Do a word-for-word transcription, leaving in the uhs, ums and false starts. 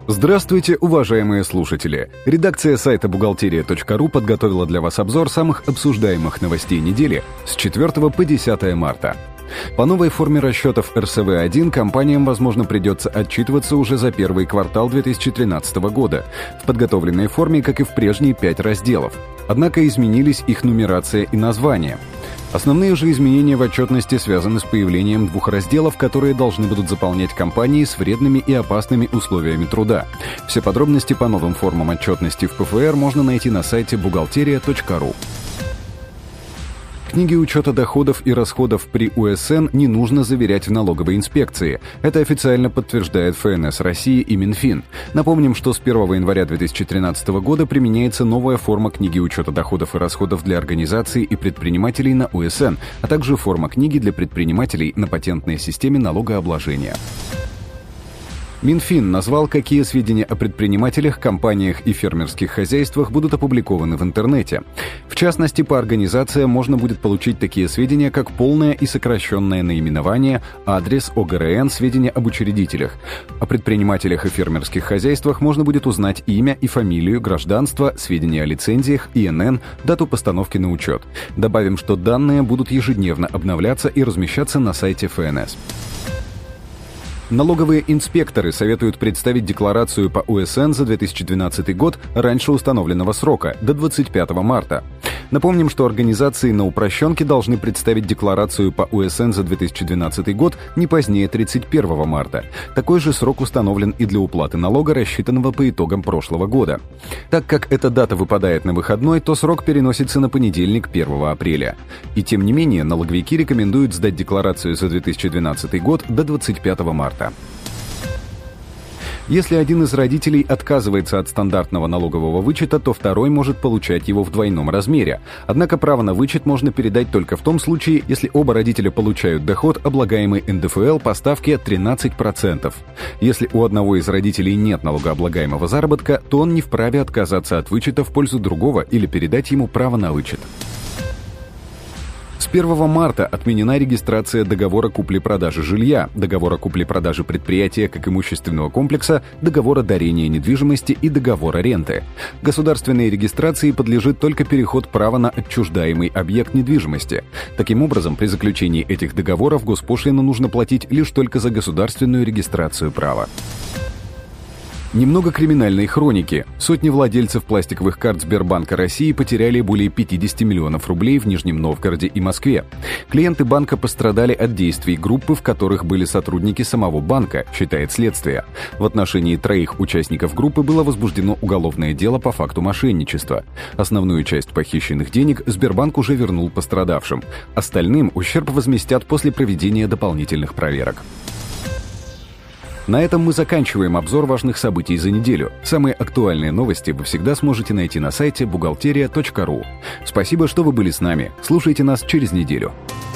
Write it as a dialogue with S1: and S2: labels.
S1: Здравствуйте, уважаемые слушатели! Редакция сайта бухгалтерия точка ру подготовила для вас обзор самых обсуждаемых новостей недели с четвёртого по десятое марта. По новой форме расчетов эр эс вэ один компаниям, возможно, придется отчитываться уже за первый квартал две тысячи тринадцатого года, в подготовленной форме, как и в прежние пять разделов. Однако изменились их нумерация и название. Основные же изменения в отчетности связаны с появлением двух разделов, которые должны будут заполнять компании с вредными и опасными условиями труда. Все подробности по новым формам отчетности в пэ эф эр можно найти на сайте бухгалтерия точка ру. Книги учета доходов и расходов при у эс эн не нужно заверять в налоговой инспекции. Это официально подтверждает эф эн эс России и Минфин. Напомним, что с первого января две тысячи тринадцатого года применяется новая форма книги учета доходов и расходов для организаций и предпринимателей на у эс эн, а также форма книги для предпринимателей на патентной системе налогообложения. Минфин назвал, какие сведения о предпринимателях, компаниях и фермерских хозяйствах будут опубликованы в интернете. В частности, по организациям можно будет получить такие сведения, как полное и сокращенное наименование, адрес, о гэ эр эн, сведения об учредителях. О предпринимателях и фермерских хозяйствах можно будет узнать имя и фамилию, гражданство, сведения о лицензиях, и эн эн, дату постановки на учет. Добавим, что данные будут ежедневно обновляться и размещаться на сайте эф эн эс. Налоговые инспекторы советуют представить декларацию по у эс эн за две тысячи двенадцатый год раньше установленного срока, до двадцать пятого марта. Напомним, что организации на упрощенке должны представить декларацию по у эс эн за две тысячи двенадцатый год не позднее тридцать первого марта. Такой же срок установлен и для уплаты налога, рассчитанного по итогам прошлого года. Так как эта дата выпадает на выходной, то срок переносится на понедельник, первого апреля. И тем не менее, налоговики рекомендуют сдать декларацию за две тысячи двенадцатый год до двадцать пятого марта. Если один из родителей отказывается от стандартного налогового вычета, то второй может получать его в двойном размере. Однако право на вычет можно передать только в том случае, если оба родителя получают доход, облагаемый эн дэ эф эл по ставке тринадцать процентов. Если у одного из родителей нет налогооблагаемого заработка, то он не вправе отказаться от вычета в пользу другого или передать ему право на вычет. С первого марта отменена регистрация договора купли-продажи жилья, договора купли-продажи предприятия как имущественного комплекса, договора дарения недвижимости и договора ренты. Государственной регистрации подлежит только переход права на отчуждаемый объект недвижимости. Таким образом, при заключении этих договоров госпошлину нужно платить лишь только за государственную регистрацию права. Немного криминальной хроники. Сотни владельцев пластиковых карт Сбербанка России потеряли более пятьдесят миллионов рублей в Нижнем Новгороде и Москве. Клиенты банка пострадали от действий группы, в которых были сотрудники самого банка, считает следствие. В отношении троих участников группы было возбуждено уголовное дело по факту мошенничества. Основную часть похищенных денег Сбербанк уже вернул пострадавшим. Остальным ущерб возместят после проведения дополнительных проверок. На этом мы заканчиваем обзор важных событий за неделю. Самые актуальные новости вы всегда сможете найти на сайте бухгалтерия точка ру. Спасибо, что вы были с нами. Слушайте нас через неделю.